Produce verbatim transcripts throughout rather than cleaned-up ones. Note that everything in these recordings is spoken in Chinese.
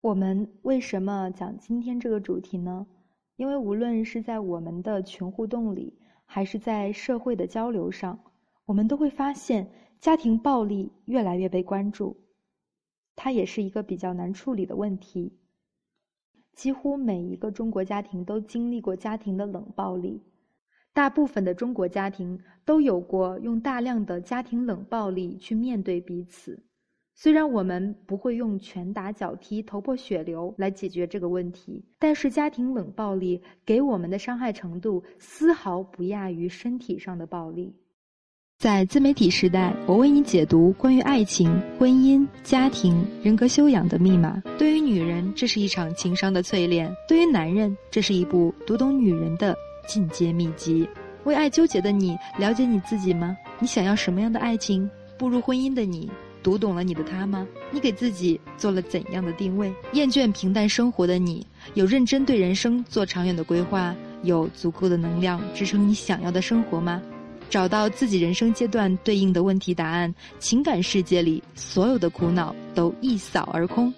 我们为什么讲今天这个主题呢？因为无论是在我们的群互动里，还是在社会的交流上，我们都会发现家庭暴力越来越被关注。它也是一个比较难处理的问题。几乎每一个中国家庭都经历过家庭的冷暴力，大部分的中国家庭都有过用大量的家庭冷暴力去面对彼此。虽然我们不会用拳打脚踢、头破血流来解决这个问题，但是家庭冷暴力给我们的伤害程度丝毫不亚于身体上的暴力。在自媒体时代，我为你解读关于爱情、婚姻、家庭、人格修养的密码。对于女人，这是一场情商的淬炼；对于男人，这是一部读懂女人的进阶秘籍。为爱纠结的你，了解你自己吗？你想要什么样的爱情？步入婚姻的你，读懂了你的他吗？你给自己做了怎样的定位？厌倦平淡生活的你，有认真对人生做长远的规划，有足够的能量支撑你想要的生活吗？找到自己人生阶段对应的问题答案，情感世界里所有的苦恼都一扫而空。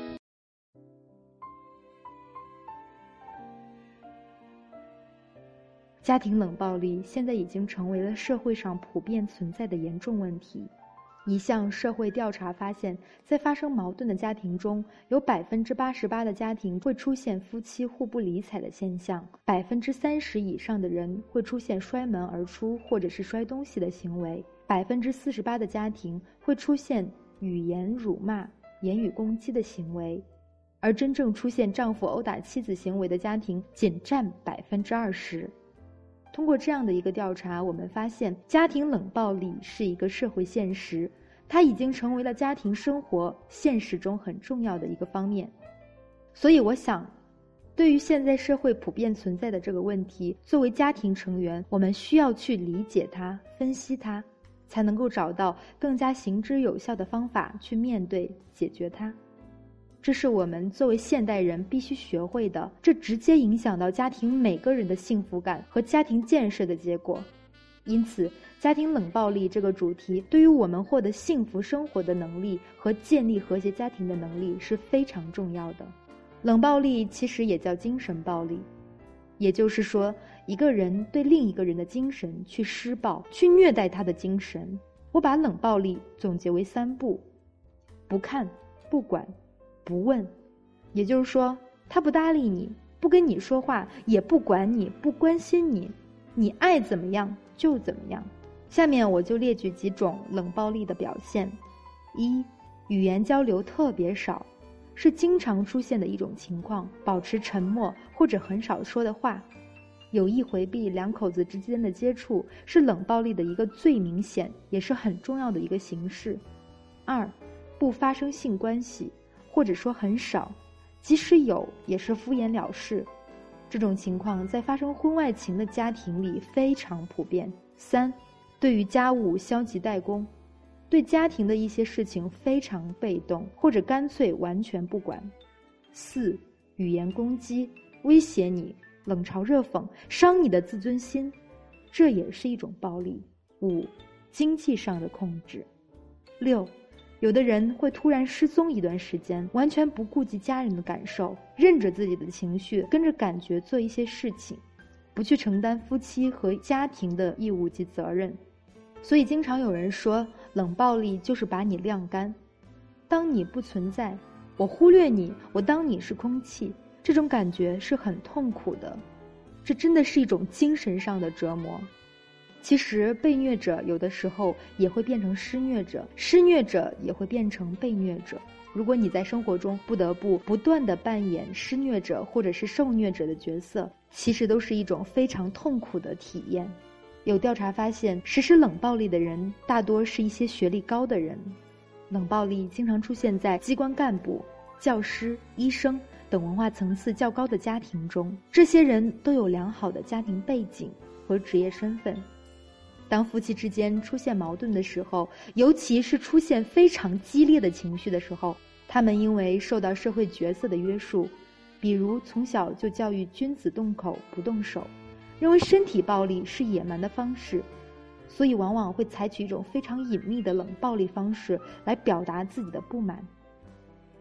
家庭冷暴力现在已经成为了社会上普遍存在的严重问题。一项社会调查发现，在发生矛盾的家庭中，有 百分之八十八 的家庭会出现夫妻互不理睬的现象， 百分之三十 以上的人会出现摔门而出或者是摔东西的行为， 百分之四十八 的家庭会出现语言辱骂、言语攻击的行为，而真正出现丈夫殴打妻子行为的家庭仅占 百分之二十。通过这样的一个调查，我们发现家庭冷暴力是一个社会现实，它已经成为了家庭生活现实中很重要的一个方面。所以我想，对于现在社会普遍存在的这个问题，作为家庭成员，我们需要去理解它、分析它，才能够找到更加行之有效的方法去面对、解决它。这是我们作为现代人必须学会的，这直接影响到家庭每个人的幸福感和家庭建设的结果。因此，家庭冷暴力这个主题对于我们获得幸福生活的能力和建立和谐家庭的能力是非常重要的。冷暴力其实也叫精神暴力，也就是说，一个人对另一个人的精神去施暴，去虐待他的精神。我把冷暴力总结为三不：不看、不管、不问。也就是说，他不搭理你，不跟你说话，也不管你，不关心你，你爱怎么样就怎么样。下面我就列举几种冷暴力的表现。一、语言交流特别少，是经常出现的一种情况，保持沉默或者很少说的话，有意回避两口子之间的接触，是冷暴力的一个最明显也是很重要的一个形式。二、不发生性关系，或者说很少，即使有也是敷衍了事，这种情况在发生婚外情的家庭里非常普遍。三、对于家务消极怠工，对家庭的一些事情非常被动，或者干脆完全不管。四、语言攻击，威胁你，冷嘲热讽，伤你的自尊心，这也是一种暴力。五、经济上的控制。六、有的人会突然失踪一段时间，完全不顾及家人的感受，任着自己的情绪，跟着感觉做一些事情，不去承担夫妻和家庭的义务及责任。所以经常有人说，冷暴力就是把你晾干，当你不存在，我忽略你，我当你是空气，这种感觉是很痛苦的，这真的是一种精神上的折磨。其实被虐者有的时候也会变成施虐者，施虐者也会变成被虐者。如果你在生活中不得不不断地扮演施虐者或者是受虐者的角色，其实都是一种非常痛苦的体验。有调查发现，实施冷暴力的人大多是一些学历高的人，冷暴力经常出现在机关干部、教师、医生等文化层次较高的家庭中，这些人都有良好的家庭背景和职业身份。当夫妻之间出现矛盾的时候，尤其是出现非常激烈的情绪的时候，他们因为受到社会角色的约束，比如从小就教育君子动口不动手，认为身体暴力是野蛮的方式，所以往往会采取一种非常隐秘的冷暴力方式来表达自己的不满。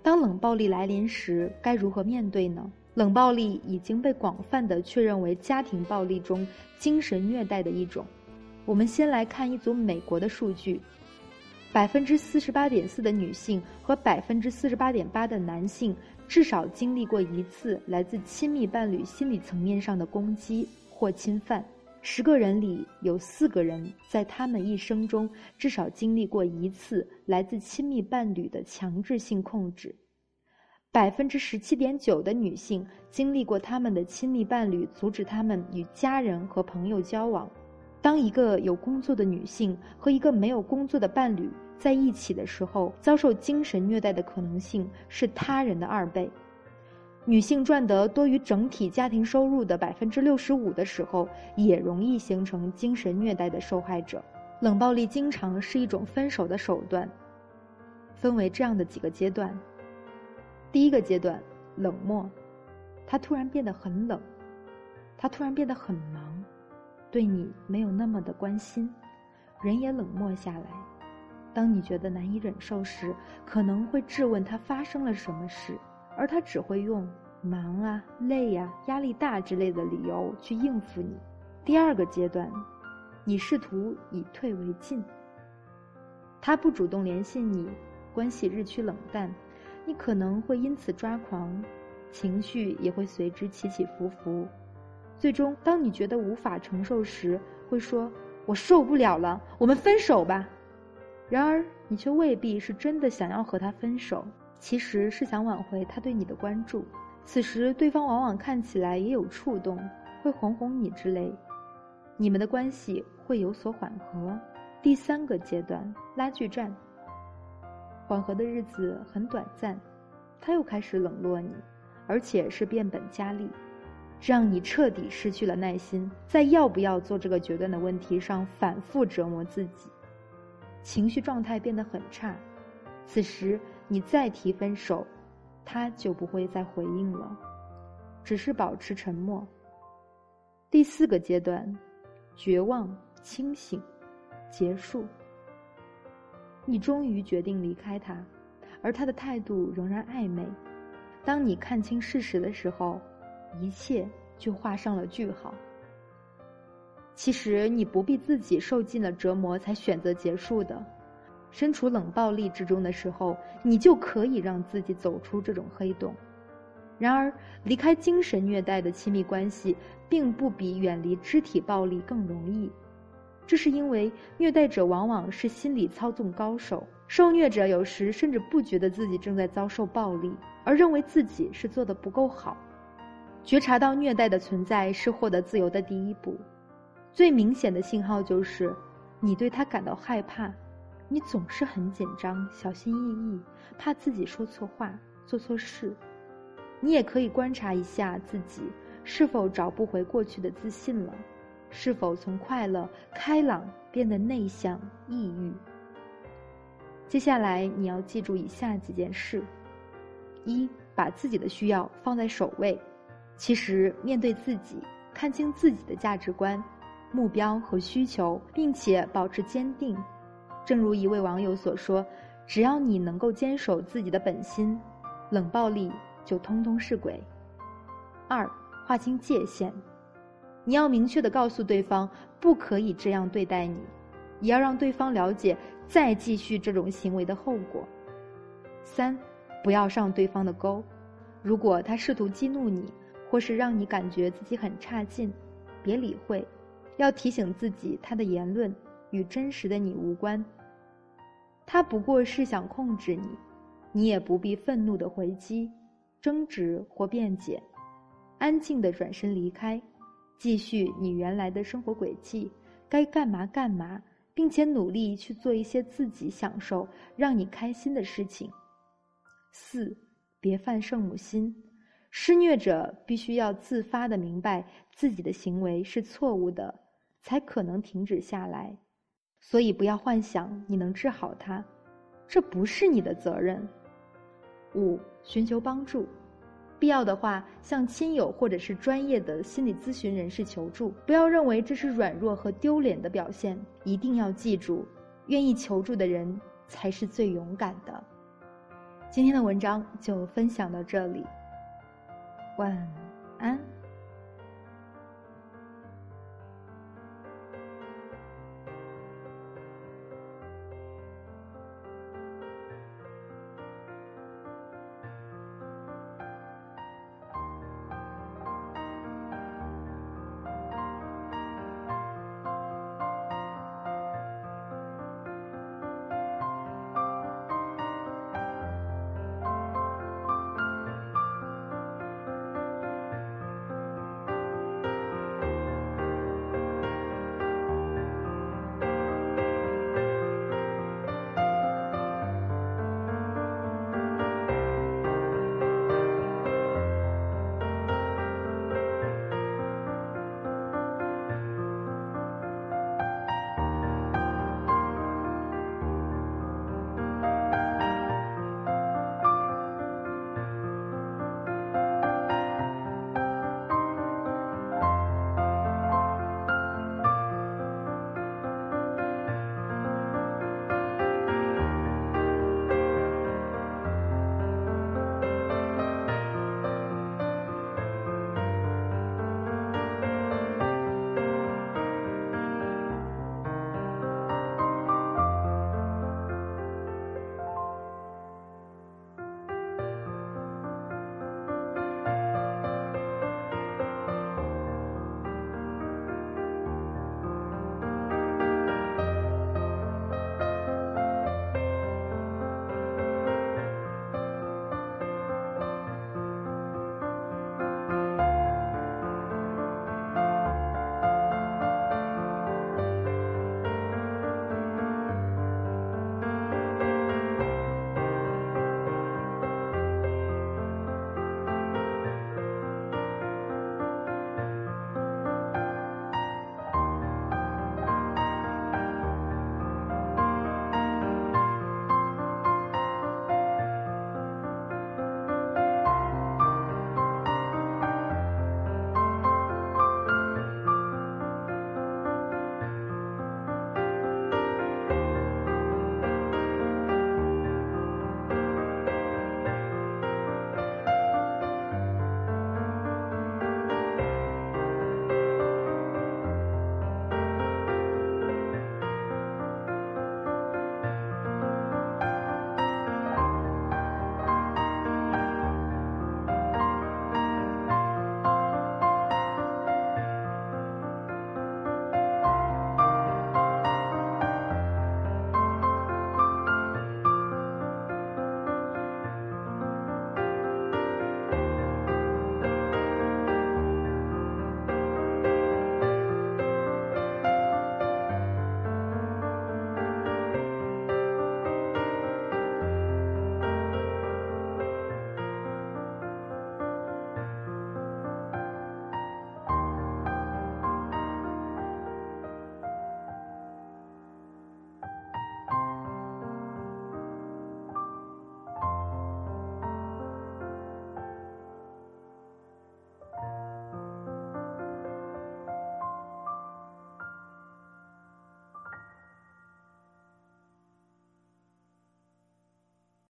当冷暴力来临时，该如何面对呢？冷暴力已经被广泛地确认为家庭暴力中精神虐待的一种。我们先来看一组美国的数据，百分之四十八点四的女性和百分之四十八点八的男性至少经历过一次来自亲密伴侣心理层面上的攻击或侵犯。十个人里有四个人在他们一生中至少经历过一次来自亲密伴侣的强制性控制。百分之十七点九的女性经历过他们的亲密伴侣阻止他们与家人和朋友交往。当一个有工作的女性和一个没有工作的伴侣在一起的时候，遭受精神虐待的可能性是他人的二倍。女性赚得多于整体家庭收入的百分之六十五的时候，也容易形成精神虐待的受害者。冷暴力经常是一种分手的手段，分为这样的几个阶段。第一个阶段，冷漠，他突然变得很冷，他突然变得很忙，对你没有那么的关心，人也冷漠下来。当你觉得难以忍受时，可能会质问他发生了什么事，而他只会用忙啊、累啊、压力大之类的理由去应付你。第二个阶段，你试图以退为进，他不主动联系你，关系日趋冷淡，你可能会因此抓狂，情绪也会随之起起伏伏。最终，当你觉得无法承受时，会说：“我受不了了，我们分手吧。”然而，你却未必是真的想要和他分手，其实是想挽回他对你的关注。此时，对方往往看起来也有触动，会哄哄你之类，你们的关系会有所缓和。第三个阶段，拉锯战。缓和的日子很短暂，他又开始冷落你，而且是变本加厉，让你彻底失去了耐心，在要不要做这个决断的问题上反复折磨自己，情绪状态变得很差。此时你再提分手，他就不会再回应了，只是保持沉默。第四个阶段，绝望、清醒、结束。你终于决定离开他，而他的态度仍然暧昧。当你看清事实的时候，一切就画上了句号。其实你不必自己受尽了折磨才选择结束的。身处冷暴力之中的时候，你就可以让自己走出这种黑洞。然而，离开精神虐待的亲密关系，并不比远离肢体暴力更容易。这是因为虐待者往往是心理操纵高手，受虐者有时甚至不觉得自己正在遭受暴力，而认为自己是做得不够好。觉察到虐待的存在是获得自由的第一步。最明显的信号就是，你对他感到害怕，你总是很紧张，小心翼翼，怕自己说错话，做错事。你也可以观察一下自己是否找不回过去的自信了，是否从快乐、开朗变得内向、抑郁。接下来你要记住以下几件事：一，把自己的需要放在首位。其实面对自己，看清自己的价值观、目标和需求，并且保持坚定。正如一位网友所说，只要你能够坚守自己的本心，冷暴力就通通是鬼。二，划清界限。你要明确地告诉对方不可以这样对待你，也要让对方了解再继续这种行为的后果。三，不要上对方的钩。如果他试图激怒你，或是让你感觉自己很差劲，别理会，要提醒自己他的言论与真实的你无关。他不过是想控制你，你也不必愤怒地回击、争执或辩解，安静地转身离开，继续你原来的生活轨迹，该干嘛干嘛，并且努力去做一些自己享受、让你开心的事情。四，别犯圣母心。施虐者必须要自发地明白自己的行为是错误的，才可能停止下来。所以不要幻想你能治好他，这不是你的责任。五，寻求帮助。必要的话，向亲友或者是专业的心理咨询人士求助，不要认为这是软弱和丢脸的表现。一定要记住，愿意求助的人才是最勇敢的。 今天的文章就分享到这里，晚安。